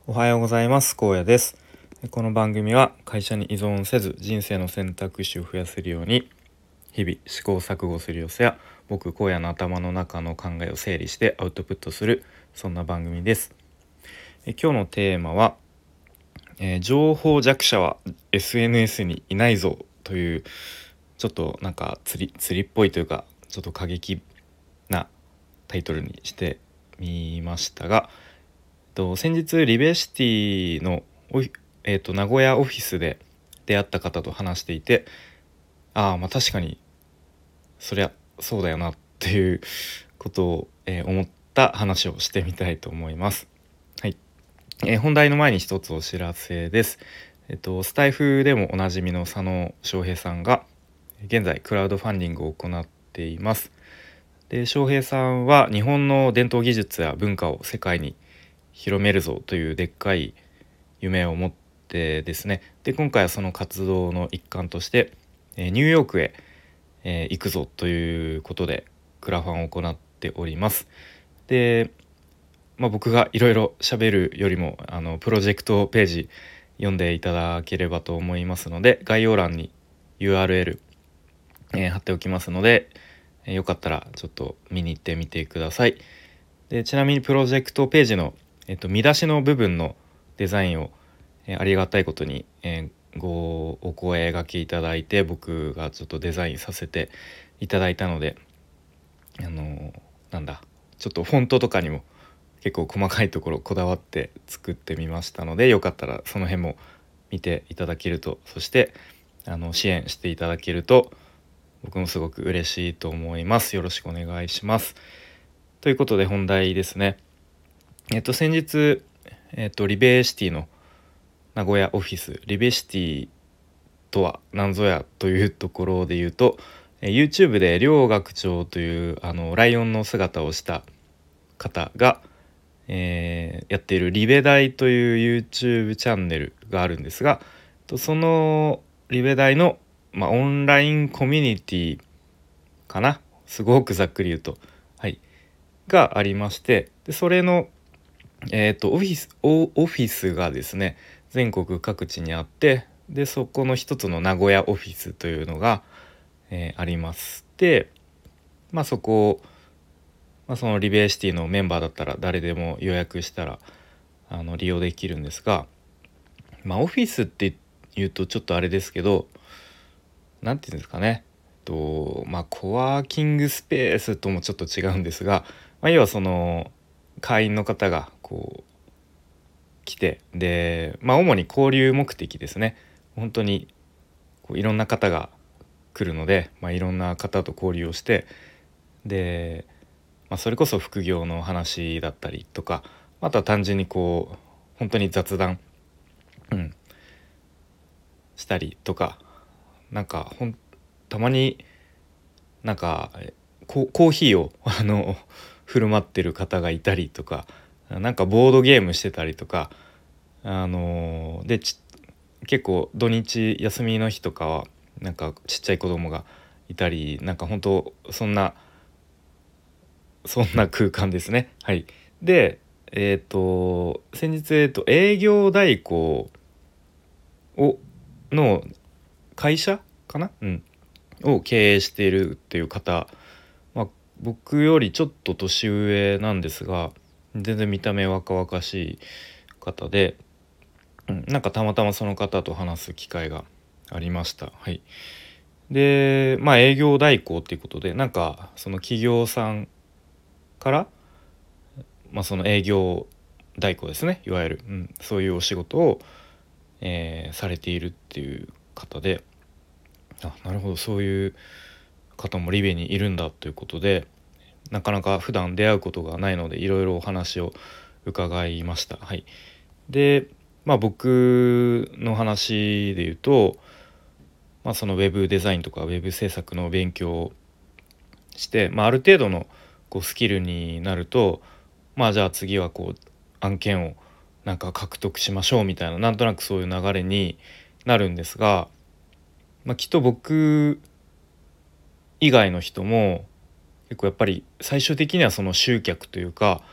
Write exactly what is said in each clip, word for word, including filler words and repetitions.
おはようございます。荒野です。この番組は会社に依存せず人生の選択肢を増やせるように日々試行錯誤する様子や僕荒野の頭の中の考えを整理してアウトプットする、そんな番組です。え今日のテーマは、えー情報弱者は エスエヌエス にいないぞという、ちょっとなんか釣り釣りっぽいというかちょっと過激なタイトルにしてみましたが、と先日リベシティのオフィ、えーと名古屋オフィスで出会った方と話していて、ああまあ確かにそりゃそうだよなっていうことを、えー思った話をしてみたいと思います。はい、えー本題の前に一つお知らせです。えっとスタイフでもおなじみの佐野翔平さんが現在クラウドファンディングを行っています。で翔平さんは日本の伝統技術や文化を世界に広めるぞというでっかい夢を持ってですね、で今回はその活動の一環として、えーニューヨークへ、えー行くぞということでクラファンを行っております。で、まあ、僕がいろいろ喋るよりもあのプロジェクトページ読んでいただければと思いますので、概要欄に ユーアールエル、えー貼っておきますので、えーよかったらちょっと見に行ってみてください。でちなみにプロジェクトページの、えっと、見出しの部分のデザインを、えーありがたいことに、えーごお声掛けいただいて、僕がちょっとデザインさせていただいたので、あのーなんだちょっとフォントとかにも結構細かいところこだわって作ってみましたので、よかったらその辺も見ていただけると、そしてあの支援していただけると僕もすごく嬉しいと思います。よろしくお願いします。ということで本題ですね。えっと先日、えっと、リベシティの名古屋オフィス、リベシティとは何ぞやというところで言うと、えー YouTube で両学長というあのライオンの姿をした方が、えーやっているリベ大という YouTube チャンネルがあるんですが、とそのリベ大の、まあ、オンラインコミュニティかな、すごくざっくり言うと、はい、がありまして、でそれのえーと、オフィス、オオフィスがですね、全国各地にあって、で、そこの一つの名古屋オフィスというのが、えーあります。で、まあそこ、まあ、そのリベイシティのメンバーだったら誰でも予約したらあの利用できるんですが、まあオフィスって言うとちょっとあれですけど、なんていうんですかね、とまあコワーキングスペースともちょっと違うんですが、まあ、要はその会員の方がこう来て、でまあ主に交流目的ですね。本当にこういろんな方が来るので、まあ、いろんな方と交流をして、で、まあ、それこそ副業の話だったりとか、あとは単純にこう本当に雑談、うん、したりとか、なんかほんたまになんかココーヒーをあの振る舞ってる方がいたりとか、なんかボードゲームしてたりとか、あのでち結構土日休みの日とかはなんかちっちゃい子供がいたり、なんか本当そんなそんな空間ですね。はい。で、えっと先日、えっと、営業代行をの会社かな、うん、を経営しているっていう方、まあ、僕よりちょっと年上なんですが、全然見た目若々しい方で、うん、なんかたまたまその方と話す機会がありました。はい。で、まあ営業代行っていうことで、なんかその企業さんから、まあ、その営業代行ですね、いわゆる、うん、そういうお仕事を、えーされているっていう方で、あ、なるほど、そういう方もリベにいるんだということで、なかなか普段出会うことがないのでいろいろお話を伺いました。はい。で、まあ僕の話で言うと、まあ、そのウェブデザインとかウェブ制作の勉強をして、まあ、ある程度のこうスキルになると、まあじゃあ次はこう案件をなんか獲得しましょうみたいな、なんとなくそういう流れになるんですが、まあ、きっと僕以外の人も結構やっぱり最終的にはその集客というか、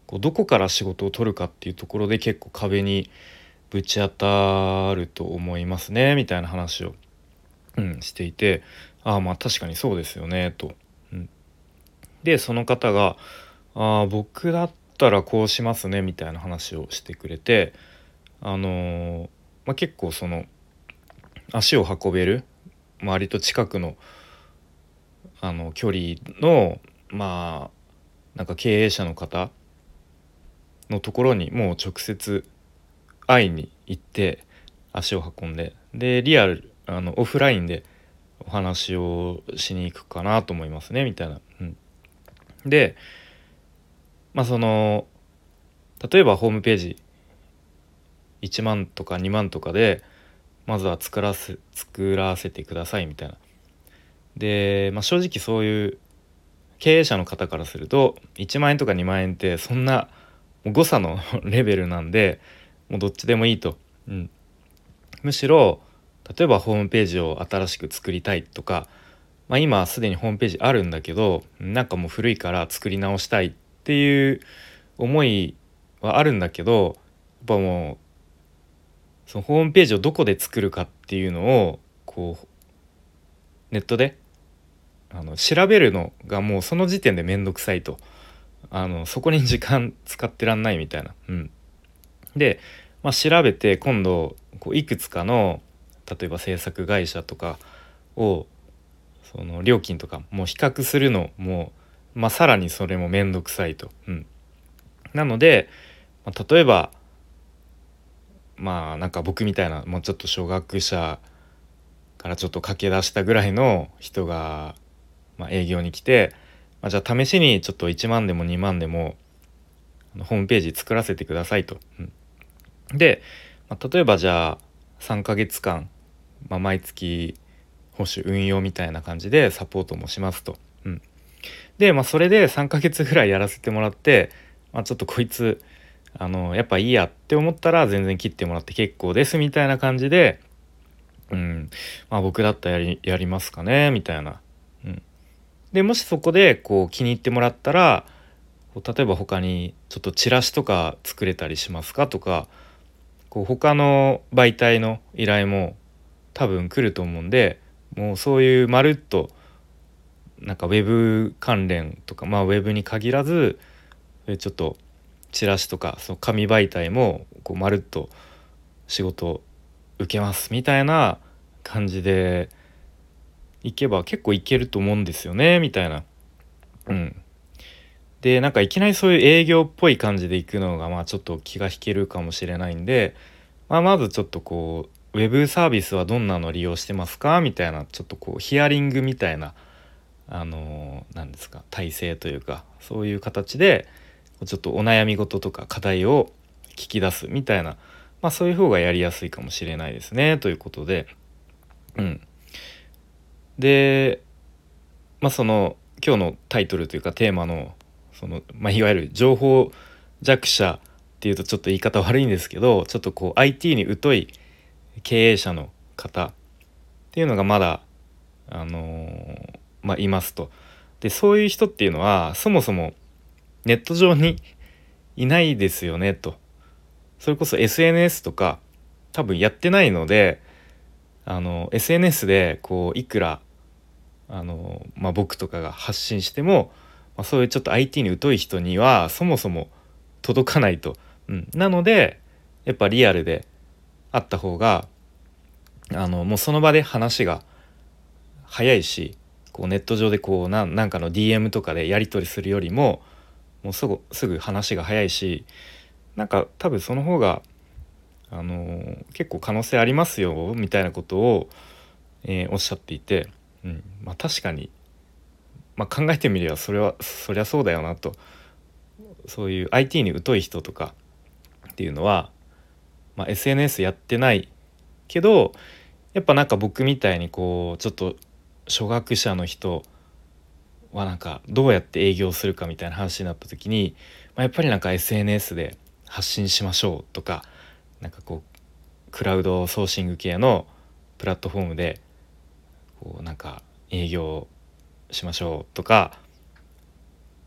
こうどこから仕事を取るかっていうところで結構壁にぶち当たると思いますねみたいな話を、うん、していて、ああまあ確かにそうですよねと。うん、でその方がああ僕だったらこうしますねみたいな話をしてくれて、あのーまあ、結構その足を運べる割と近くのあの距離のまあなんか経営者の方のところにもう直接会いに行って足を運んで、でリアルあのオフラインでお話をしに行くかなと思いますねみたいな。うん、でまあその例えばホームページいちまんとかにまんとかでまずは作らせ作らせてくださいみたいな。で、まあ、正直そういう経営者の方からするといちまん円とかにまん円ってそんな誤差のレベルなんで、もうどっちでもいいと。うん、むしろ例えばホームページを新しく作りたいとか、まあ、今すでにホームページあるんだけどなんかもう古いから作り直したいっていう思いはあるんだけど、やっぱもうそのホームページをどこで作るかっていうのをこうネットであの調べるのがもうその時点でめんどくさいと。あのそこに時間使ってらんないみたいな。うん、で、まあ、調べて今度こういくつかの例えば制作会社とかをその料金とかもう比較するのも、まあ、さらにそれもめんどくさいと。うん、なので、まあ、例えばまあなんか僕みたいなもうちょっと初学者からちょっと駆け出したぐらいの人が、まあ、営業に来て、まあ、じゃあ試しにちょっといちまんでもにまんでもホームページ作らせてくださいと。うん、で、まあ、例えばじゃあさんかげつかん、まあ、毎月報酬運用みたいな感じでサポートもしますと。うん、で、まあ、それでさんかげつぐらいやらせてもらって、まあ、ちょっとこいつあのやっぱいいやって思ったら全然切ってもらって結構ですみたいな感じで、うんまあ、僕だったらやり、やりますかねみたいな。うん、でもしそこでこう気に入ってもらったらこう例えば他にちょっとチラシとか作れたりしますかとか、こう他の媒体の依頼も多分来ると思うんで、もうそういうまるっとなんかウェブ関連とか、まあウェブに限らずちょっとチラシとかその紙媒体もこうまるっと仕事受けますみたいな感じでいけば結構いけると思うんですよねみたいな。うん、でなんかいきなりそういう営業っぽい感じで行くのがまあちょっと気が引けるかもしれないんで、まあ、まずちょっとこうウェブサービスはどんなの利用してますかみたいなちょっとこうヒアリングみたいなあの何ですか体制というかそういう形でちょっとお悩み事とか課題を聞き出すみたいな、まあ、そういう方がやりやすいかもしれないですねということで、うん、で、まあ、その今日のタイトルというかテーマのその、まあ、いわゆる情報弱者っていうとちょっと言い方悪いんですけど、ちょっとこう アイティー に疎い経営者の方っていうのがまだ、あのーまあ、いますと。でそういう人っていうのはそもそもネット上にいないですよねと。それこそ エスエヌエス とか多分やってないので、あの エスエヌエス でこういくらあの、まあ、僕とかが発信しても、まあ、そういうちょっと アイティー に疎い人にはそもそも届かないと。うん、なのでやっぱリアルであった方があのもうその場で話が早いし、こうネット上でこうなんなんかの ディーエム とかでやり取りするよりももうすぐすぐ話が早いし、なんか多分その方があの結構可能性ありますよみたいなことを、えーおっしゃっていて、うんまあ、確かに、まあ、考えてみればそれはそりゃそうだよなと。そういう アイティー に疎い人とかっていうのは、まあ、エスエヌエス やってないけどやっぱなんか僕みたいにこうちょっと初学者の人はなんかどうやって営業するかみたいな話になった時に、まあ、やっぱりなんか エスエヌエス で発信しましょうとか、なんかこうクラウドソーシング系のプラットフォームでこうなんか営業しましょうとか、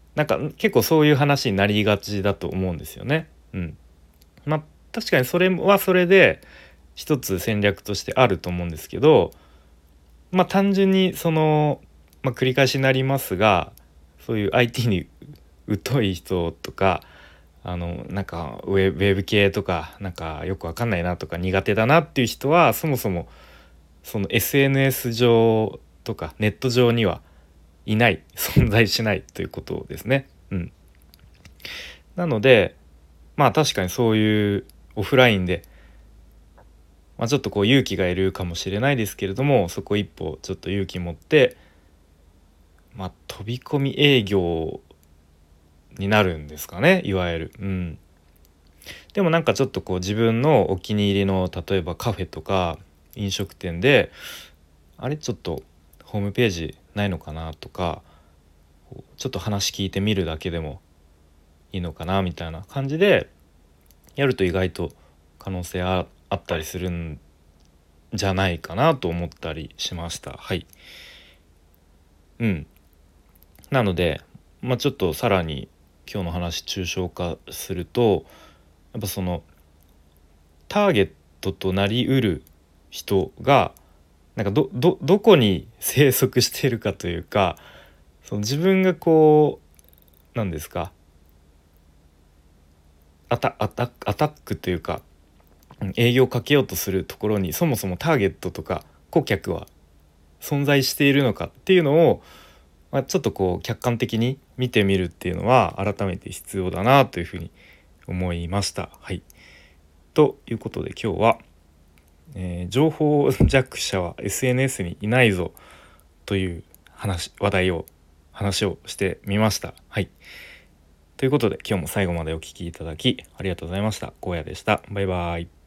なんか結構そういう話になりがちだと思うんですよね。うん、まあ確かにそれはそれで一つ戦略としてあると思うんですけど、まあ単純にその、まあ、繰り返しになりますが、そういう アイティー に疎い人とか、あのなんかウェブ、ウェブ系とかなんかよくわかんないなとか苦手だなっていう人はそもそもその エスエヌエス 上とかネット上にはいない存在しないということですね。うん、なのでまあ確かにそういうオフラインで、まあ、ちょっとこう勇気がいるかもしれないですけれども、そこ一歩ちょっと勇気持って、まあ、飛び込み営業になるんですかね、いわゆる。うん、でもなんかちょっとこう自分のお気に入りの例えばカフェとか飲食店であれちょっとホームページないのかなとか、ちょっと話聞いてみるだけでもいいのかなみたいな感じでやると意外と可能性あ、あったりするんじゃないかなと思ったりしました。はい。うん。なので、まあ、ちょっとさらに今日の話抽象化すると、やっぱそのターゲットとなりうる人がなんかどどどこに生息しているかというか、その自分がこうなんですか、アタアタアタックというか営業をかけようとするところにそもそもターゲットとか顧客は存在しているのかっていうのを、まあ、ちょっとこう客観的に見てみるっていうのは改めて必要だなというふうに思いました。はい。ということで今日は、えー情報弱者は エスエヌエス にいないぞという話話題を話をしてみました。はい。ということで今日も最後までお聞きいただきありがとうございました。荒野でした。バイバイ。